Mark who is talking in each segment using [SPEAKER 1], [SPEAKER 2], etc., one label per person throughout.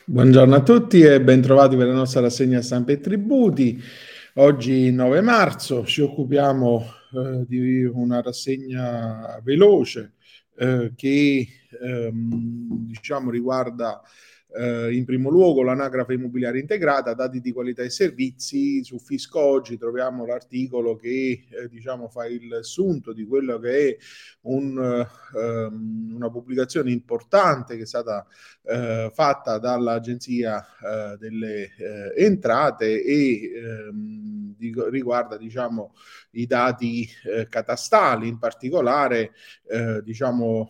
[SPEAKER 1] Buongiorno a tutti e bentrovati per la nostra rassegna stampa e tributi. Oggi 9 marzo ci occupiamo di una rassegna veloce che diciamo riguarda in primo luogo l'anagrafe immobiliare integrata, dati di qualità e servizi. Su Fisco Oggi troviamo l'articolo che diciamo fa il sunto di quello che è una pubblicazione importante che è stata fatta dall'Agenzia delle Entrate e riguarda diciamo i dati catastali, in particolare diciamo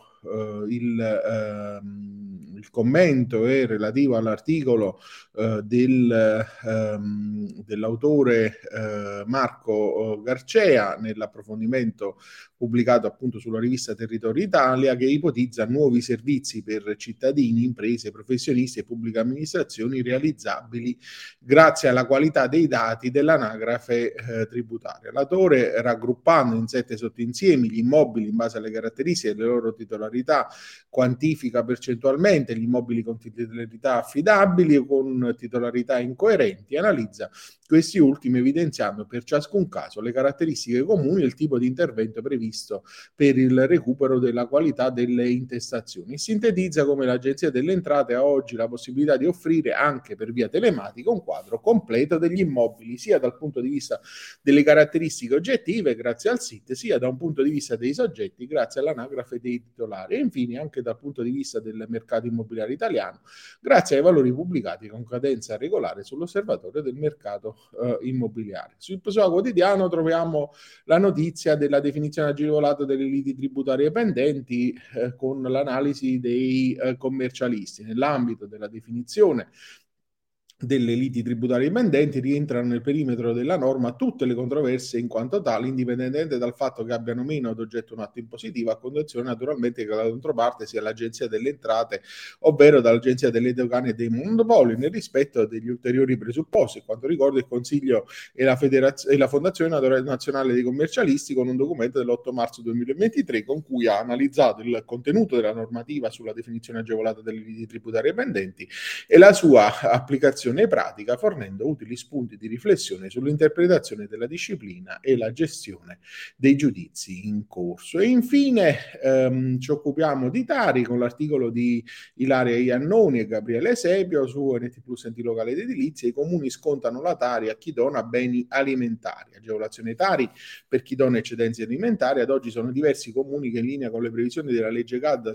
[SPEAKER 1] il commento è relativo all'articolo dell'autore Marco Garcea nell'approfondimento pubblicato appunto sulla rivista Territorio Italia, che ipotizza nuovi servizi per cittadini, imprese, professionisti e pubbliche amministrazioni realizzabili grazie alla qualità dei dati dell'anagrafe tributaria. L'autore, raggruppando in 7 sottoinsiemi gli immobili in base alle caratteristiche delle loro titolarità, quantifica percentualmente gli immobili con titolarità affidabili o con titolarità incoerenti, analizza questi ultimi evidenziando per ciascun caso le caratteristiche comuni e il tipo di intervento previsto per il recupero della qualità delle intestazioni. Sintetizza come l'Agenzia delle Entrate ha oggi la possibilità di offrire anche per via telematica un quadro completo degli immobili, sia dal punto di vista delle caratteristiche oggettive grazie al SIT, sia da un punto di vista dei soggetti grazie all'anagrafe dei titolari e infine anche dal punto di vista del mercato immobiliare italiano grazie ai valori pubblicati con cadenza regolare sull'osservatorio del mercato immobiliare. Sul Pessoa Quotidiano troviamo la notizia della definizione agevolata delle liti tributarie pendenti con l'analisi dei commercialisti. Nell'ambito della definizione delle liti tributarie pendenti rientrano nel perimetro della norma tutte le controversie in quanto tali, indipendentemente dal fatto che abbiano meno ad oggetto un atto impositivo, a condizione naturalmente che la controparte sia l'Agenzia delle Entrate, ovvero dall'Agenzia delle Dogane e dei Monopoli, nel rispetto degli ulteriori presupposti. Quanto ricordo, il Consiglio e la Fondazione Nazionale dei Commercialisti con un documento dell'8 marzo 2023 con cui ha analizzato il contenuto della normativa sulla definizione agevolata delle liti tributarie pendenti e la sua applicazione pratica, fornendo utili spunti di riflessione sull'interpretazione della disciplina e la gestione dei giudizi in corso. E infine ci occupiamo di Tari con l'articolo di Ilaria Iannoni e Gabriele Sepio su NT Plus Enti Locali ed Edilizia. I comuni scontano la Tari a chi dona beni alimentari. Agevolazione Tari per chi dona eccedenze alimentari. Ad oggi sono diversi comuni che in linea con le previsioni della legge CAD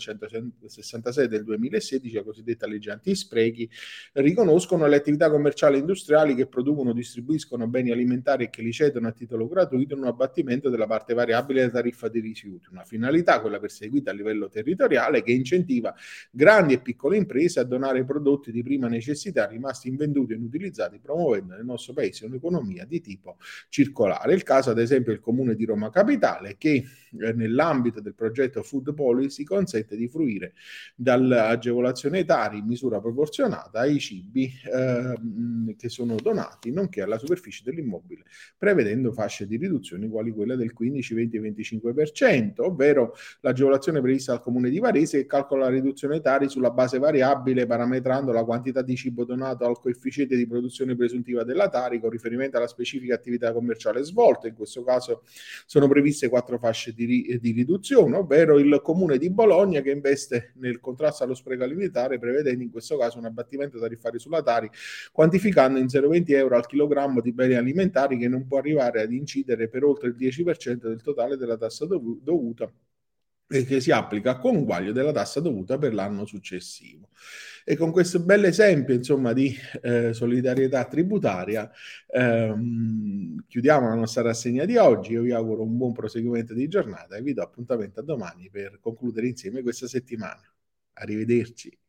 [SPEAKER 1] 166 del 2016, la cosiddetta legge antisprechi, riconoscono le attività commerciali e industriali che producono o distribuiscono beni alimentari e che li cedono a titolo gratuito in un abbattimento della parte variabile della tariffa dei rifiuti. Una finalità, quella perseguita a livello territoriale, che incentiva grandi e piccole imprese a donare prodotti di prima necessità rimasti invenduti e inutilizzati, promuovendo nel nostro paese un'economia di tipo circolare. Il caso, ad esempio, del Comune di Roma Capitale, che nell'ambito del progetto Food Policy consente di fruire dall'agevolazione Tari in misura proporzionata ai cibi che sono donati, nonché alla superficie dell'immobile, prevedendo fasce di riduzione quali quella del 15, 20 e 25%, ovvero l'agevolazione prevista dal Comune di Varese che calcola la riduzione Tari sulla base variabile parametrando la quantità di cibo donato al coefficiente di produzione presuntiva della Tari con riferimento alla specifica attività commerciale svolta. In questo caso sono previste 4 fasce di riduzione, ovvero il Comune di Bologna che investe nel contrasto allo spreco alimentare, prevedendo in questo caso un abbattimento tariffario sulla Tari, quantificando in 0,20 euro al chilogrammo di beni alimentari che non può arrivare ad incidere per oltre il 10% del totale della tassa dovuta e che si applica a conguaglio della tassa dovuta per l'anno successivo. E con questo bell'esempio, insomma, di solidarietà tributaria, chiudiamo la nostra rassegna di oggi. Io vi auguro un buon proseguimento di giornata e vi do appuntamento a domani per concludere insieme questa settimana. Arrivederci.